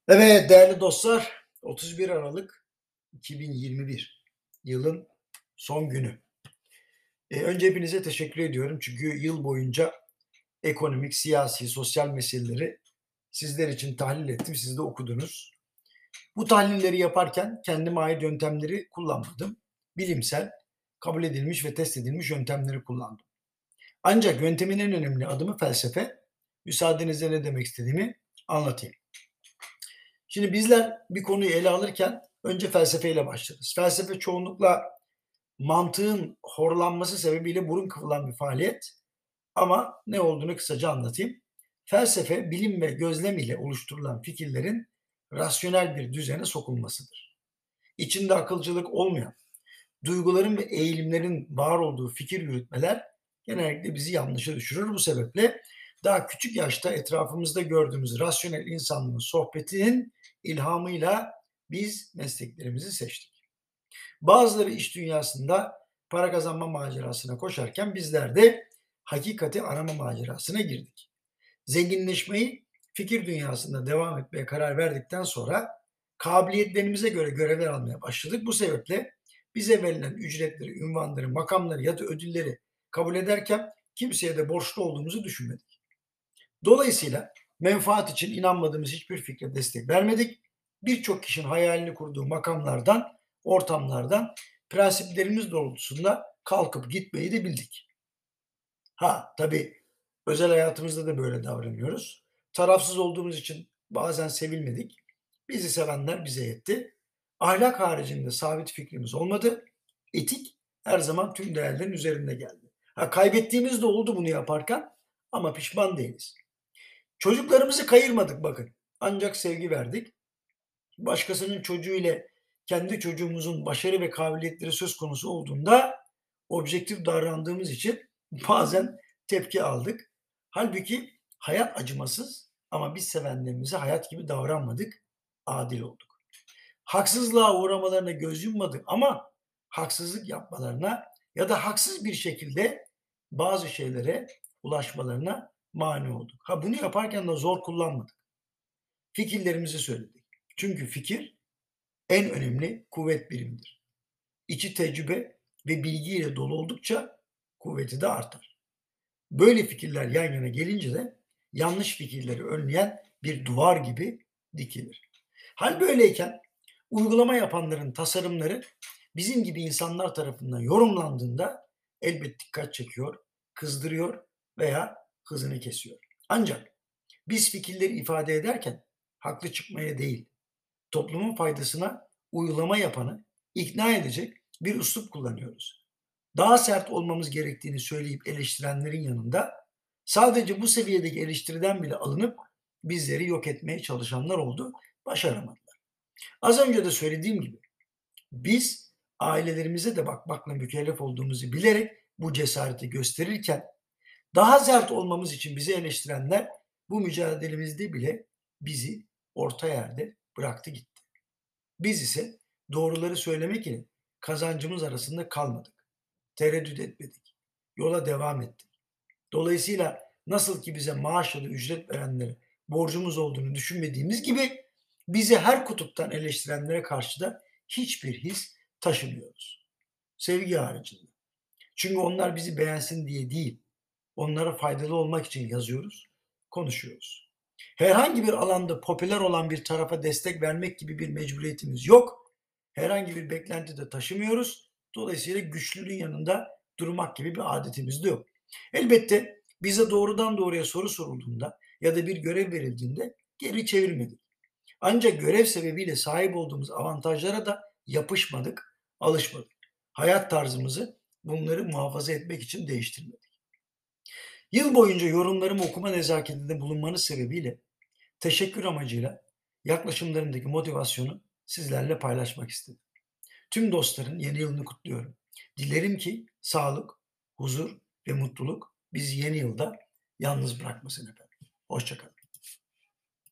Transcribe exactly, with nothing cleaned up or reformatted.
Evet değerli dostlar, otuz bir Aralık iki bin yirmi bir yılın son günü. Eee, önce hepinize teşekkür ediyorum çünkü yıl boyunca ekonomik, siyasi, sosyal meseleleri sizler için tahlil ettim, siz de okudunuz. Bu tahlilleri yaparken kendime ait yöntemleri kullanmadım. Bilimsel, kabul edilmiş ve test edilmiş yöntemleri kullandım. Ancak yöntemin en önemli adımı felsefe. Müsaadenizle ne demek istediğimi anlatayım. Şimdi bizler bir konuyu ele alırken önce felsefeyle başlarız. Felsefe çoğunlukla mantığın horlanması sebebiyle burun kıvıran bir faaliyet ama ne olduğunu kısaca anlatayım. Felsefe, bilim ve gözlem ile oluşturulan fikirlerin rasyonel bir düzene sokulmasıdır. İçinde akılcılık olmayan, duyguların ve eğilimlerin var olduğu fikir yürütmeler genellikle bizi yanlışa düşürür. Bu sebeple daha küçük yaşta etrafımızda gördüğümüz rasyonel insanlığın sohbetinin ilhamıyla biz mesleklerimizi seçtik. Bazıları iş dünyasında para kazanma macerasına koşarken bizler de hakikati arama macerasına girdik. Zenginleşmeyi fikir dünyasında devam etmeye karar verdikten sonra kabiliyetlerimize göre görevler almaya başladık. Bu sebeple bize verilen ücretleri, ünvanları, makamları ya da ödülleri kabul ederken kimseye de borçlu olduğumuzu düşünmedik. Dolayısıyla menfaat için inanmadığımız hiçbir fikre destek vermedik. Birçok kişinin hayalini kurduğu makamlardan, ortamlardan prensiplerimiz doğrultusunda kalkıp gitmeyi de bildik. Ha tabii özel hayatımızda da böyle davranıyoruz. Tarafsız olduğumuz için bazen sevilmedik. Bizi sevenler bize yetti. Ahlak haricinde sabit fikrimiz olmadı. Etik her zaman tüm değerlerin üzerinde geldi. Ha, kaybettiğimiz de oldu bunu yaparken ama pişman değiliz. Çocuklarımızı kayırmadık bakın. Ancak sevgi verdik. Başkasının çocuğu ile kendi çocuğumuzun başarı ve kabiliyetleri söz konusu olduğunda objektif davrandığımız için bazen tepki aldık. Halbuki hayat acımasız ama biz sevenlerimize hayat gibi davranmadık, adil olduk. Haksızlığa uğramalarına göz yummadık ama haksızlık yapmalarına ya da haksız bir şekilde bazı şeylere ulaşmalarına mani olduk. Ha bunu yaparken de zor kullanmadık. Fikirlerimizi söyledik. Çünkü fikir en önemli kuvvet birimidir. İçi tecrübe ve bilgiyle dolu oldukça kuvveti de artar. Böyle fikirler yan yana gelince de yanlış fikirleri önleyen bir duvar gibi dikilir. Hal böyleyken uygulama yapanların tasarımları bizim gibi insanlar tarafından yorumlandığında elbet dikkat çekiyor, kızdırıyor veya hızını kesiyor. Ancak biz fikirleri ifade ederken haklı çıkmaya değil, toplumun faydasına uygulama yapanı ikna edecek bir üslup kullanıyoruz. Daha sert olmamız gerektiğini söyleyip eleştirenlerin yanında sadece bu seviyedeki eleştiriden bile alınıp bizleri yok etmeye çalışanlar oldu, başaramadılar. Az önce de söylediğim gibi biz ailelerimize de bakmakla mükellef olduğumuzu bilerek bu cesareti gösterirken daha sert olmamız için bizi eleştirenler bu mücadelemizde bile bizi orta yerde bıraktı gitti. Biz ise doğruları söylemek ile kazancımız arasında kalmadık. Tereddüt etmedik. Yola devam ettik. Dolayısıyla nasıl ki bize maaş ya da ücret verenlere borcumuz olduğunu düşünmediğimiz gibi bizi her kutuptan eleştirenlere karşı da hiçbir his taşımıyoruz. Sevgi haricinde. Çünkü onlar bizi beğensin diye değil, onlara faydalı olmak için yazıyoruz, konuşuyoruz. Herhangi bir alanda popüler olan bir tarafa destek vermek gibi bir mecburiyetimiz yok. Herhangi bir beklenti de taşımıyoruz. Dolayısıyla güçlünün yanında durmak gibi bir adetimiz de yok. Elbette bize doğrudan doğruya soru sorulduğunda ya da bir görev verildiğinde geri çevirmedik. Ancak görev sebebiyle sahip olduğumuz avantajlara da yapışmadık, alışmadık. Hayat tarzımızı bunları muhafaza etmek için değiştirmedik. Yıl boyunca yorumlarımı okuma nezaketinde bulunmanız sebebiyle teşekkür amacıyla yaklaşımlarımdaki motivasyonu sizlerle paylaşmak istedim. Tüm dostların yeni yılını kutluyorum. Dilerim ki sağlık, huzur ve mutluluk bizi yeni yılda yalnız bırakmasın efendim. Hoşça kalın.